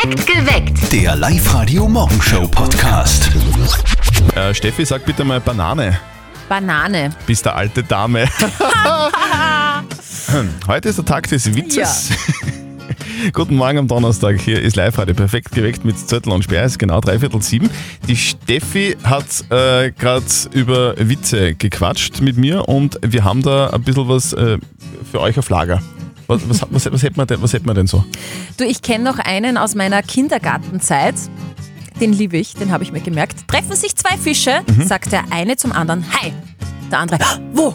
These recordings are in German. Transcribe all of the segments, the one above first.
Perfekt geweckt. Der Live-Radio-Morgenshow-Podcast. Steffi, sag bitte mal Banane. Banane. Bist der alte Dame. Heute ist der Tag des Witzes. Ja. Guten Morgen am Donnerstag. Hier ist Live-Radio Perfekt geweckt mit Zettel und Sperr. Es ist genau 6:45. Die Steffi hat gerade über Witze gequatscht mit mir und wir haben da ein bisschen was für euch auf Lager. Was hätten wir denn so? Du, ich kenne noch einen aus meiner Kindergartenzeit. Den liebe ich, den habe ich mir gemerkt. Treffen sich zwei Fische, sagt der eine zum anderen, hi. Der andere, wo?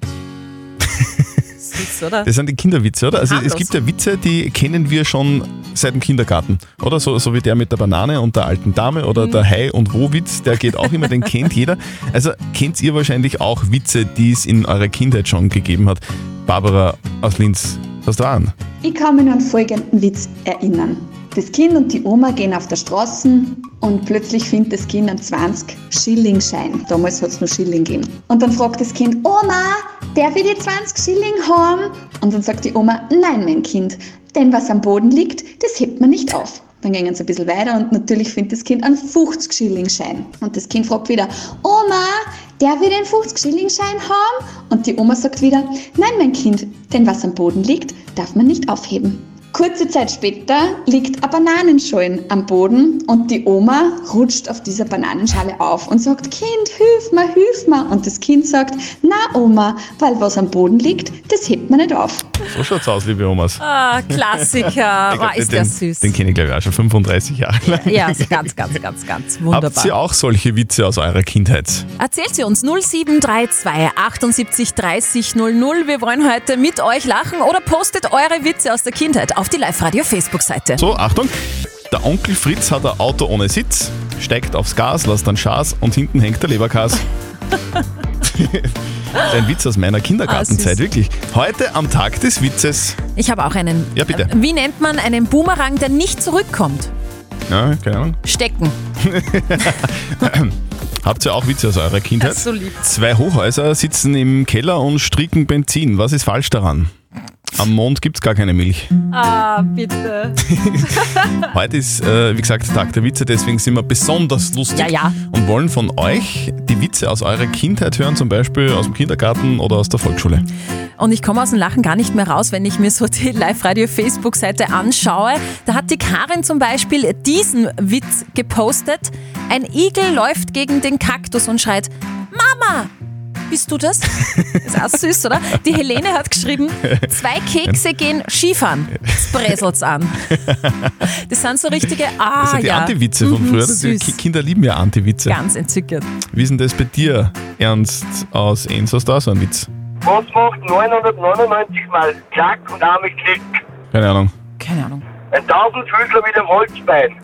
Süß, oder? Das sind die Kinderwitze, oder? Also es gibt ja Witze, die kennen wir schon seit dem Kindergarten, oder? So wie der mit der Banane und der alten Dame oder der Hai- und Wo-Witz, der geht auch immer, den kennt jeder. Also kennt ihr wahrscheinlich auch Witze, die es in eurer Kindheit schon gegeben hat. Barbara aus Linz, was da an? Ich kann mich noch an folgenden Witz erinnern. Das Kind und die Oma gehen auf der Straße und plötzlich findet das Kind einen 20-Schilling-Schein. Damals hat es noch Schilling gegeben. Und dann fragt das Kind, Oma, darf ich die 20 Schilling haben? Und dann sagt die Oma, nein, mein Kind, denn was am Boden liegt, das hebt man nicht auf. Dann gehen sie ein bisschen weiter und natürlich findet das Kind einen 50-Schilling-Schein. Und das Kind fragt wieder, Oma, darf ich den 50-Schilling-Schein haben? Und die Oma sagt wieder, nein, mein Kind, denn was am Boden liegt, darf man nicht aufheben. Kurze Zeit später liegt eine Bananenschale am Boden und die Oma rutscht auf dieser Bananenschale auf und sagt, Kind, hilf mir. Und das Kind sagt, na Oma, weil was am Boden liegt, das hebt man nicht auf. So schaut's aus, liebe Omas. Ah, Klassiker. Ist der süß. Den kenne ich glaube ich auch schon 35 Jahre lang. Ja, also ganz wunderbar. Habt ihr auch solche Witze aus eurer Kindheit? Erzählt sie uns 0732 78 30 00. Wir wollen heute mit euch lachen oder postet eure Witze aus der Kindheit auf die Live-Radio-Facebook-Seite. So, Achtung, der Onkel Fritz hat ein Auto ohne Sitz, steigt aufs Gas, lässt dann Schaß und hinten hängt der Leberkas. Ein Witz aus meiner Kindergartenzeit, wirklich. Heute am Tag des Witzes. Ich habe auch einen. Ja, bitte. Wie nennt man einen Boomerang, der nicht zurückkommt? Ja, keine Ahnung. Stecken. Habt ihr auch Witze aus eurer Kindheit? Das ist so lieb. Zwei Hochhäuser sitzen im Keller und stricken Benzin. Was ist falsch daran? Am Mond gibt es gar keine Milch. Ah, bitte. Heute ist, wie gesagt, Tag der Witze, deswegen sind wir besonders lustig und wollen von euch die Witze aus eurer Kindheit hören, zum Beispiel aus dem Kindergarten oder aus der Volksschule. Und ich komme aus dem Lachen gar nicht mehr raus, wenn ich mir so die Live-Radio-Facebook-Seite anschaue. Da hat die Karin zum Beispiel diesen Witz gepostet. Ein Igel läuft gegen den Kaktus und schreit, Mama! Bist du das? Ist auch süß, oder? Die Helene hat geschrieben, 2 Kekse gehen Skifahren. Das bräselt's an. Das sind so richtige, das sind die Anti-Witze von früher. Die Kinder lieben ja Anti-Witze. Ganz entzückend. Wie ist denn das bei dir, Ernst aus Enns? Hast du da so einen Witz? Was macht 999 mal Klack und einmal Klick? Keine Ahnung. Ein 1000-Füßler mit einem Holzbein.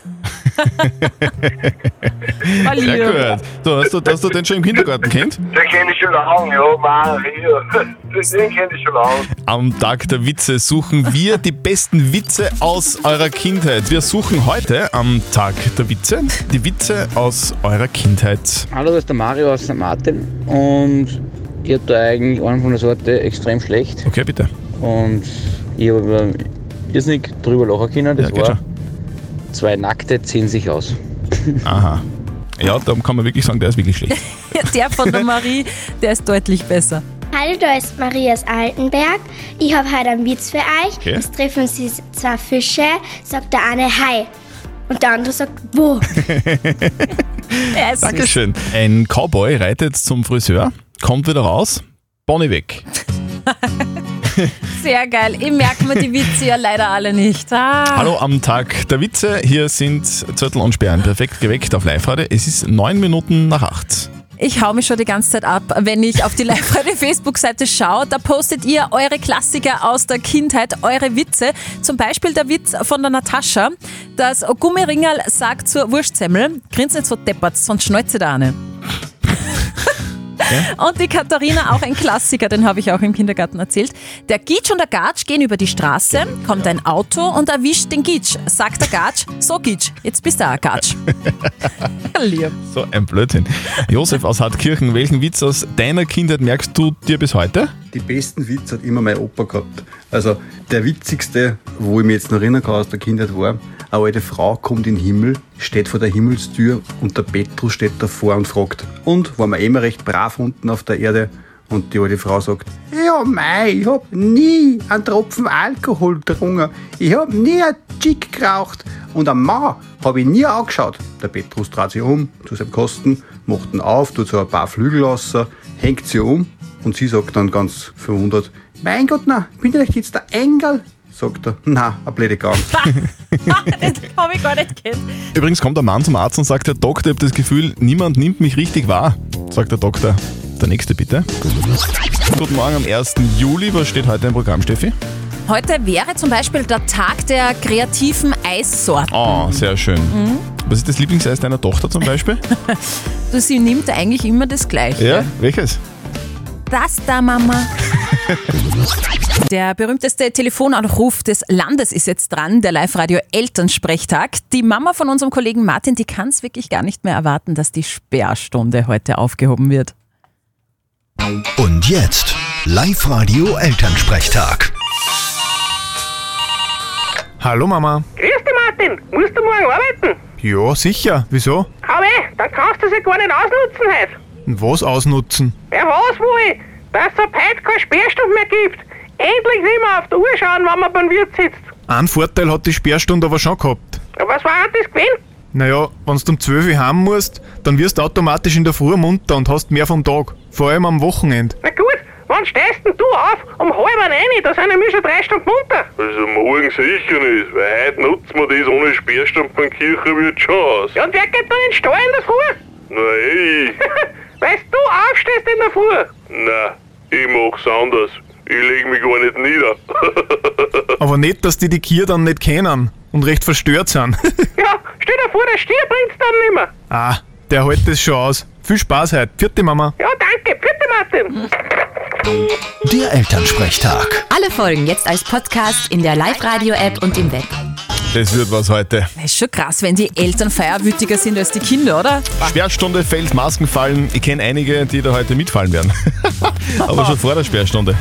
Sehr gut. So, hast du den schon im Kindergarten kennt? Den kenne ich schon lange, ja, Maria. Den kenne ich schon lange. Am Tag der Witze suchen wir die besten Witze aus eurer Kindheit. Wir suchen heute am Tag der Witze die Witze aus eurer Kindheit. Hallo, das ist der Mario aus St. Martin und ich habe da eigentlich einen von der Sorte extrem schlecht. Okay, bitte. Und ich habe irrsinnig drüber lachen können. Das war schon. 2 Nackte ziehen sich aus. Aha. Ja, da kann man wirklich sagen, der ist wirklich schlecht. Der von der Marie, der ist deutlich besser. Hallo, da ist Marie aus Altenberg. Ich habe heute einen Witz für euch. Okay. Es treffen sich 2 Fische, sagt der eine Hi und der andere sagt wo. Dankeschön. Ein Cowboy reitet zum Friseur, kommt wieder raus, Bonnie weg. Sehr geil. Ich merke mir die Witze ja leider alle nicht. Hallo am Tag der Witze. Hier sind Zettel und Sperren. Perfekt geweckt auf Live-Radio. Es ist 9 Minuten nach 8. Ich hau mich schon die ganze Zeit ab, wenn ich auf die Live-Radio-Facebook-Seite schaue. Da postet ihr eure Klassiker aus der Kindheit, eure Witze. Zum Beispiel der Witz von der Natascha. Das Gummiringerl sagt zur Wurstsemmel, grinst nicht so deppert, sonst schnallt sie da eine. Ja. Und die Katharina, auch ein Klassiker, den habe ich auch im Kindergarten erzählt. Der Gitsch und der Gatsch gehen über die Straße, kommt ein Auto und erwischt den Gitsch. Sagt der Gatsch, so Gitsch, jetzt bist du auch Gatsch. Lieb. So ein Blödsinn. Josef aus Hartkirchen, welchen Witz aus deiner Kindheit merkst du dir bis heute? Die besten Witze hat immer mein Opa gehabt. Also der witzigste, wo ich mich jetzt noch erinnern kann aus der Kindheit war, eine alte Frau kommt in den Himmel, steht vor der Himmelstür und der Petrus steht davor und fragt, und, waren wir immer recht brav unten auf der Erde? Und die alte Frau sagt, ja mei, ich hab nie einen Tropfen Alkohol getrunken, ich hab nie einen Chick geraucht und einen Mann hab ich nie angeschaut. Der Petrus dreht sich um zu seinem Kasten, macht ihn auf, tut so ein paar Flügel raus, hängt sie um und sie sagt dann ganz verwundert, mein Gott, na, bin ich jetzt der Engel? Sagt er, na, ein blöde Gans. Das habe ich gar nicht gehört. Übrigens kommt der Mann zum Arzt und sagt, Herr Doktor, ich habe das Gefühl, niemand nimmt mich richtig wahr. Sagt der Doktor. Der nächste bitte. Guten Morgen am 1. Juli. Was steht heute im Programm, Steffi? Heute wäre zum Beispiel der Tag der kreativen Eissorten. Oh, sehr schön. Was ist das Lieblingseis deiner Tochter zum Beispiel? Sie nimmt eigentlich immer das Gleiche. Ja, welches? Das da, Mama. Der berühmteste Telefonanruf des Landes ist jetzt dran, der Live-Radio-Elternsprechtag. Die Mama von unserem Kollegen Martin, die kann es wirklich gar nicht mehr erwarten, dass die Sperrstunde heute aufgehoben wird. Und jetzt Live-Radio-Elternsprechtag. Hallo Mama. Grüß dich, Martin. Musst du morgen arbeiten? Ja, sicher. Wieso? Aber dann kannst du es ja gar nicht ausnutzen heute. Und was ausnutzen? Ja, was wohl? Dass es ab heute keine Sperrstunde mehr gibt. Endlich nicht mehr auf die Uhr schauen, wenn man beim Wirt sitzt. Einen Vorteil hat die Sperrstunde aber schon gehabt. Ja, was war denn das gewesen? Naja, wenn du um 12 Uhr heim musst, dann wirst du automatisch in der Früh munter und hast mehr vom Tag. Vor allem am Wochenende. Na gut, wann stehst denn du auf? Um 8:30, da sind wir schon 3 Stunden munter. Also morgen sicher nicht, weil heute nutzen wir das ohne Sperrstunde beim Kirchenwirt schon aus. Ja, und wer geht dann in den Stall in der Früh? Na ich. Weil du aufstehst in der Früh. Na, ich mach's anders. Ich leg mich gar nicht nieder. Aber nicht, dass die Kühe dann nicht kennen und recht verstört sind. Ja, stell dir vor, der Stier bringt's dann nicht mehr. Ah, der hält das schon aus. Viel Spaß heute. Vierte Mama. Ja, danke. Vierte Martin. Der Elternsprechtag. Alle Folgen jetzt als Podcast in der Live-Radio-App und im Web. Das wird was heute. Das ist schon krass, wenn die Eltern feierwütiger sind als die Kinder, oder? Sperrstunde fällt, Masken fallen. Ich kenne einige, die da heute mitfallen werden. Aber schon vor der Sperrstunde.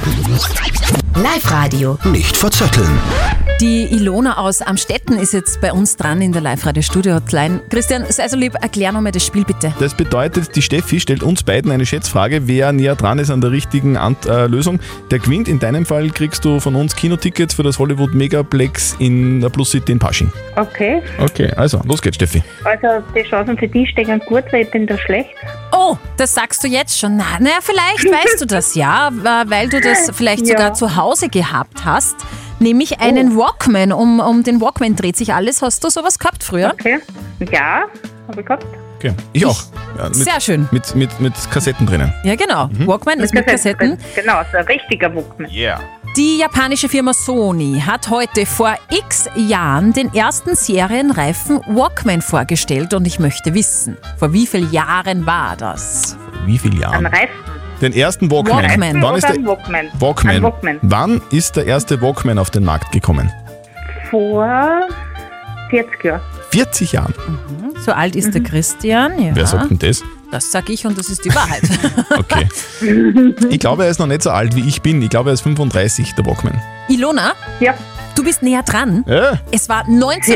Live-Radio. Nicht verzetteln. Die Ilona aus Amstetten ist jetzt bei uns dran in der Live-Radio-Studio-Hotline. Christian, sei so lieb, erklär nochmal das Spiel bitte. Das bedeutet, die Steffi stellt uns beiden eine Schätzfrage. Wer näher dran ist an der richtigen Lösung, der gewinnt. In deinem Fall kriegst du von uns Kinotickets für das Hollywood Megaplex in der Plus City in Pasching. Okay. Okay, also los geht's, Steffi. Also die Chancen für die stehen gut, weil ich bin da schlecht. Oh, das sagst du jetzt schon. Naja, vielleicht weißt du das ja, weil du das vielleicht sogar zu Hause gehabt hast. Nämlich einen Walkman. Um den Walkman dreht sich alles. Hast du sowas gehabt früher? Okay. Ja, habe ich gehabt. Okay, ich auch. Ja, sehr schön. Mit Kassetten drinnen. Ja, genau. Walkman ist mit Kassetten. Genau, so ein richtiger Walkman. Yeah. Die japanische Firma Sony hat heute vor x Jahren den ersten serienreifen Walkman vorgestellt und ich möchte wissen, vor wie vielen Jahren war das? Vor wie vielen Jahren? Ein Reifen. Den ersten Walkman. Wann ist der Walkman? Walkman. Wann ist der erste Walkman auf den Markt gekommen? Vor 40 Jahren. 40 Jahren? So alt ist der Christian. Ja. Wer sagt denn das? Das sag ich und das ist die Wahrheit. Okay. Ich glaube, er ist noch nicht so alt wie ich bin. Ich glaube, er ist 35, der Walkman. Ilona? Ja. Du bist näher dran. Ja. Es war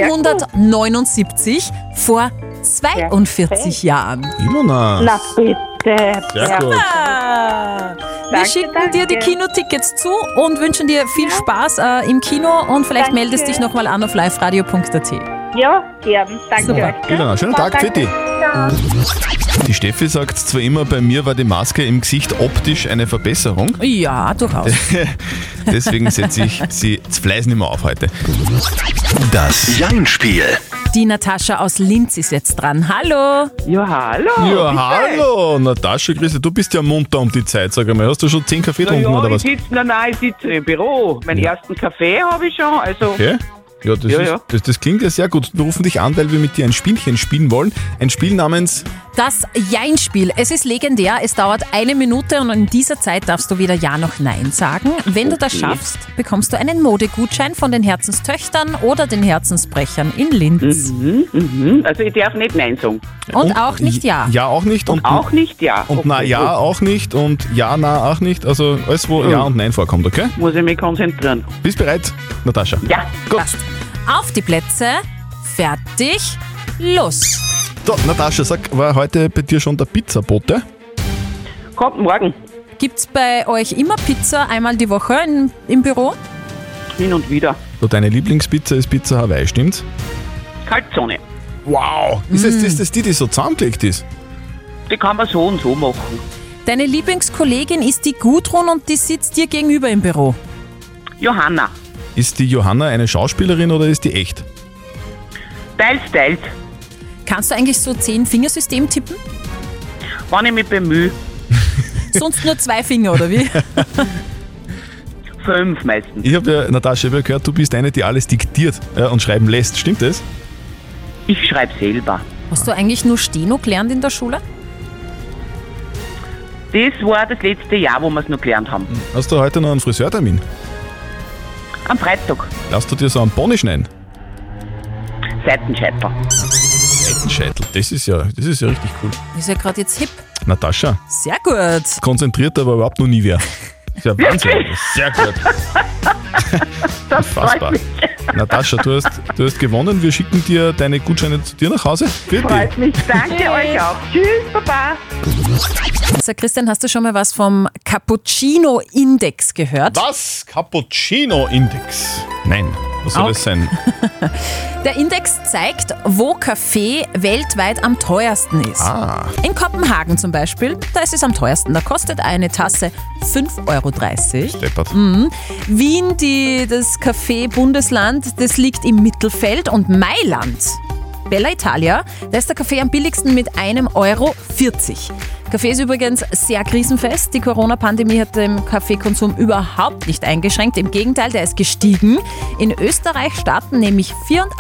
1979, vor 42 Jahren. Ilona. Na bitte. Sehr gut. Wir schicken dir die Kinotickets zu und wünschen dir viel Spaß im Kino und vielleicht meldest dich nochmal an auf liveradio.at. Ja, gern. Danke. Super. Ilona, schönen Tag, Fitti. Die Steffi sagt zwar immer, bei mir war die Maske im Gesicht optisch eine Verbesserung. Ja, durchaus. Deswegen setze ich sie zu Fleiß nicht mehr auf heute. Das Jein-Spiel. Die Natascha aus Linz ist jetzt dran. Hallo. Ja, hallo. Ja, hallo. Natascha, grüße, du bist ja munter um die Zeit, sag einmal. Hast du schon 10 Kaffee getrunken oder was? Ich sitze im Büro. Meinen ersten Kaffee habe ich schon, also... Okay. Ja, das klingt ja sehr gut. Wir rufen dich an, weil wir mit dir ein Spielchen spielen wollen. Ein Spiel namens Das Jein-Spiel. Es ist legendär. Es dauert 1 Minute und in dieser Zeit darfst du weder Ja noch Nein sagen. Wenn du das schaffst, bekommst du einen Modegutschein von den Herzenstöchtern oder den Herzensbrechern in Linz. Also ich darf nicht Nein sagen. Und auch nicht Ja. Ja auch nicht. Und auch nicht Ja. Und Na Ja auch nicht und Ja, Na auch nicht. Also alles, wo Ja und Nein vorkommt, okay? Muss ich mich konzentrieren. Bist bereit, Natascha? Ja. Gut. Passt. Auf die Plätze, fertig, los. So, Natascha, sag, war heute bei dir schon der Pizzabote? Kommt morgen. Gibt's bei euch immer Pizza einmal die Woche im Büro? Hin und wieder. So, deine Lieblingspizza ist Pizza Hawaii, stimmt's? Kaltzone. Wow! Ist das die so zusammengelegt ist? Die kann man so und so machen. Deine Lieblingskollegin ist die Gudrun und die sitzt dir gegenüber im Büro. Johanna. Ist die Johanna eine Schauspielerin oder ist die echt? Teils. Kannst du eigentlich so 10-Fingersystem tippen? Wenn ich mich bemühe. Sonst nur 2 Finger, oder wie? 5 meistens. Ich habe ja, Natascha, gehört, du bist eine, die alles diktiert und schreiben lässt. Stimmt das? Ich schreibe selber. Hast du eigentlich nur Steno gelernt in der Schule? Das war das letzte Jahr, wo wir es noch gelernt haben. Hast du heute noch einen Friseurtermin? Am Freitag. Lass du dir so einen Pony schneiden? Seitenscheitel. Seitenscheitel, das ist ja richtig cool. Ist ja gerade jetzt hip. Natascha. Sehr gut. Konzentriert, aber überhaupt noch nie wer. Das ist ja Wahnsinn. Sehr gut. Das freut mich. Natascha, du hast gewonnen. Wir schicken dir deine Gutscheine zu dir nach Hause. Bitte. Freut mich. Danke euch auch. Tschüss, Baba. Sag Christian, hast du schon mal was vom Cappuccino-Index gehört? Was? Cappuccino-Index? Nein, was soll das sein? Der Index zeigt, wo Kaffee weltweit am teuersten ist. In Kopenhagen zum Beispiel, da ist es am teuersten. Da kostet eine Tasse 5,30 €. Wien, das Kaffee-Bundesland, das liegt im Mittelfeld. Und Mailand, Bella Italia, da ist der Kaffee am billigsten mit 1,40 €. Kaffee ist übrigens sehr krisenfest. Die Corona-Pandemie hat den Kaffeekonsum überhaupt nicht eingeschränkt. Im Gegenteil, der ist gestiegen. In Österreich starten nämlich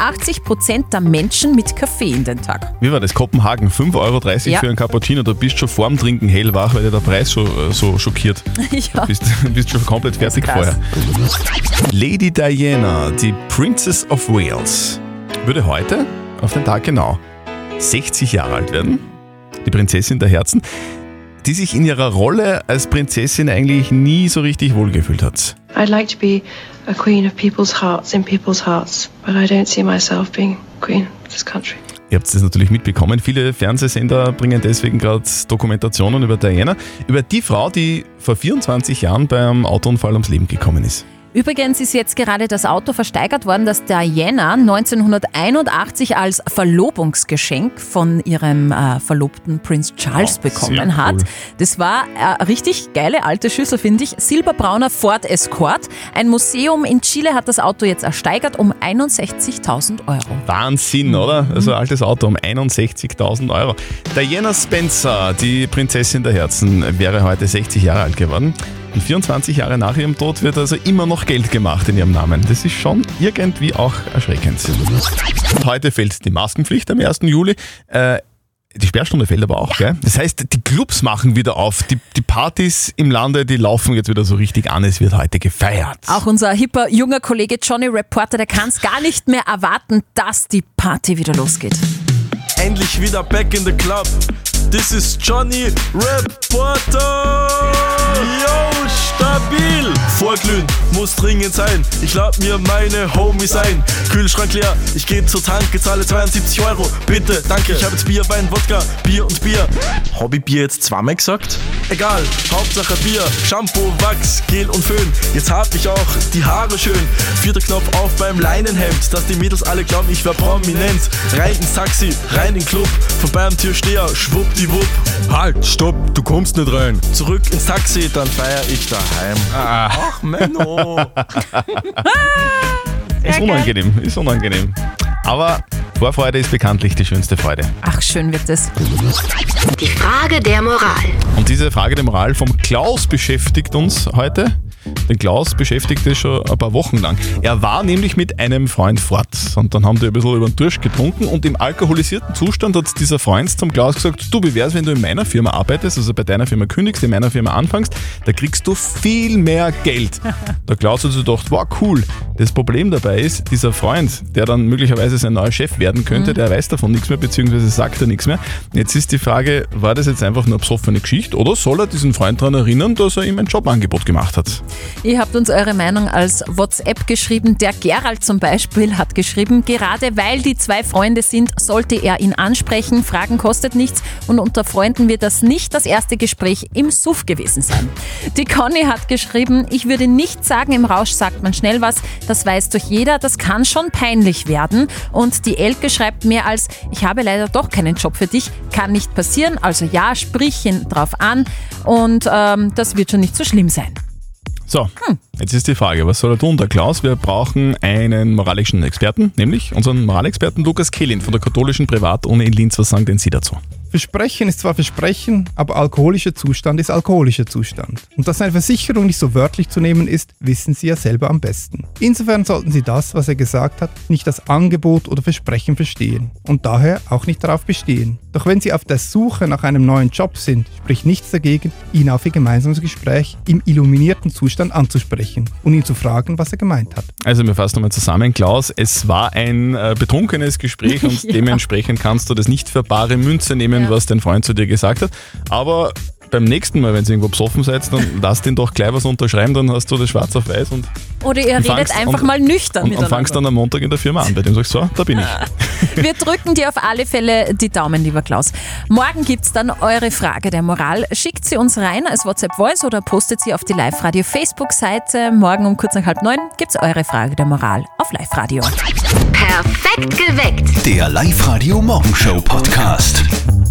84% der Menschen mit Kaffee in den Tag. Wie war das? Kopenhagen, 5,30 € für einen Cappuccino. Du bist schon vorm Trinken hellwach, weil dir der Preis so schockiert. Ja. Du bist schon komplett fertig vorher. Lady Diana, die Princess of Wales, würde heute auf den Tag genau 60 Jahre alt werden. Die Prinzessin der Herzen, die sich in ihrer Rolle als Prinzessin eigentlich nie so richtig wohlgefühlt hat. I'd like to be a queen of people's hearts in people's hearts, but I don't see myself being queen of this country. Ihr habt es natürlich mitbekommen, viele Fernsehsender bringen deswegen gerade Dokumentationen über Diana, über die Frau, die vor 24 Jahren beim Autounfall ums Leben gekommen ist. Übrigens ist jetzt gerade das Auto versteigert worden, das Diana 1981 als Verlobungsgeschenk von ihrem Verlobten Prince Charles bekommen hat. Cool. Das war eine richtig geile alte Schüssel, finde ich. Silberbrauner Ford Escort. Ein Museum in Chile hat das Auto jetzt ersteigert um 61.000 €. Wahnsinn, oder? Also ein altes Auto um 61.000 €. Diana Spencer, die Prinzessin der Herzen, wäre heute 60 Jahre alt geworden. Und 24 Jahre nach ihrem Tod wird also immer noch Geld gemacht in ihrem Namen. Das ist schon irgendwie auch erschreckend. Heute fällt die Maskenpflicht am 1. Juli. Die Sperrstunde fällt aber auch, gell? Das heißt, die Clubs machen wieder auf. Die Partys im Lande, die laufen jetzt wieder so richtig an. Es wird heute gefeiert. Auch unser hipper, junger Kollege Johnny Reporter, der kann es gar nicht mehr erwarten, dass die Party wieder losgeht. Endlich wieder back in the club. This is Johnny Reporter. Yo, stabil. Vorglühen muss dringend sein. Ich lad mir meine Homies ein. Kühlschrank leer, ich geh zur Tanke, zahle 72 €. Bitte, danke. Ich hab jetzt Bier, Wein, Wodka, Bier und Bier. Hab ich Bier jetzt zweimal gesagt? Egal, Hauptsache Bier. Shampoo, Wachs, Gel und Föhn. Jetzt hab ich auch die Haare schön. 4. Knopf auf beim Leinenhemd, dass die Mädels alle glauben, ich wär prominent. Rein ins Taxi, rein in den Club. Vorbei am Türsteher, schwuppdiwupp. Halt, stopp, du kommst nicht rein. Zurück ins Taxi, dann feier ich daheim. Ach, Menno. Ist unangenehm. Aber Vorfreude ist bekanntlich die schönste Freude. Ach, schön wird es. Die Frage der Moral. Und diese Frage der Moral vom Klaus beschäftigt uns heute. Den Klaus beschäftigt das schon ein paar Wochen lang. Er war nämlich mit einem Freund fort und dann haben die ein bisschen über den Durst getrunken und im alkoholisierten Zustand hat dieser Freund zum Klaus gesagt, du, wie wär's, wenn du in meiner Firma arbeitest, also bei deiner Firma kündigst, in meiner Firma anfängst, da kriegst du viel mehr Geld. Der Klaus hat sich gedacht, wow, cool. Das Problem dabei ist, dieser Freund, der dann möglicherweise sein neuer Chef werden könnte, der weiß davon nichts mehr, beziehungsweise sagt er nichts mehr. Jetzt ist die Frage, war das jetzt einfach nur eine besoffene Geschichte oder soll er diesen Freund daran erinnern, dass er ihm ein Jobangebot gemacht hat? Ihr habt uns eure Meinung als WhatsApp geschrieben. Der Gerald zum Beispiel hat geschrieben, gerade weil die zwei Freunde sind, sollte er ihn ansprechen. Fragen kostet nichts und unter Freunden wird das nicht das erste Gespräch im Suff gewesen sein. Die Conny hat geschrieben, ich würde nicht sagen, im Rausch sagt man schnell was, das weiß doch jeder, das kann schon peinlich werden. Und die Elke schreibt mehr als, ich habe leider doch keinen Job für dich, kann nicht passieren, also ja, sprich ihn drauf an und das wird schon nicht so schlimm sein. So, jetzt ist die Frage, was soll er tun, der Klaus? Wir brauchen einen moralischen Experten, nämlich unseren Moralexperten Lukas Kehlin von der katholischen Privatuni in Linz. Was sagen denn Sie dazu? Versprechen ist zwar Versprechen, aber alkoholischer Zustand ist alkoholischer Zustand. Und dass eine Versicherung nicht so wörtlich zu nehmen ist, wissen Sie ja selber am besten. Insofern sollten Sie das, was er gesagt hat, nicht als Angebot oder Versprechen verstehen und daher auch nicht darauf bestehen. Doch wenn Sie auf der Suche nach einem neuen Job sind, spricht nichts dagegen, ihn auf Ihr gemeinsames Gespräch im illuminierten Zustand anzusprechen und ihn zu fragen, was er gemeint hat. Also wir fassen nochmal zusammen, Klaus, es war ein betrunkenes Gespräch und dementsprechend kannst du das nicht für bare Münze nehmen, was dein Freund zu dir gesagt hat. Aber beim nächsten Mal, wenn ihr irgendwo besoffen seid, dann lasst ihn doch gleich was unterschreiben, dann hast du das schwarz auf weiß. Oder ihr redet einfach mal nüchtern miteinander. Und fangst dann am Montag in der Firma an, bei dem sagst du, so, da bin ich. Wir drücken dir auf alle Fälle die Daumen, lieber Klaus. Morgen gibt es dann eure Frage der Moral. Schickt sie uns rein als WhatsApp-Voice oder postet sie auf die Live-Radio-Facebook-Seite. Morgen um kurz nach 8:30 gibt es eure Frage der Moral auf Live-Radio. Perfekt geweckt. Der Live-Radio Morgenshow Podcast.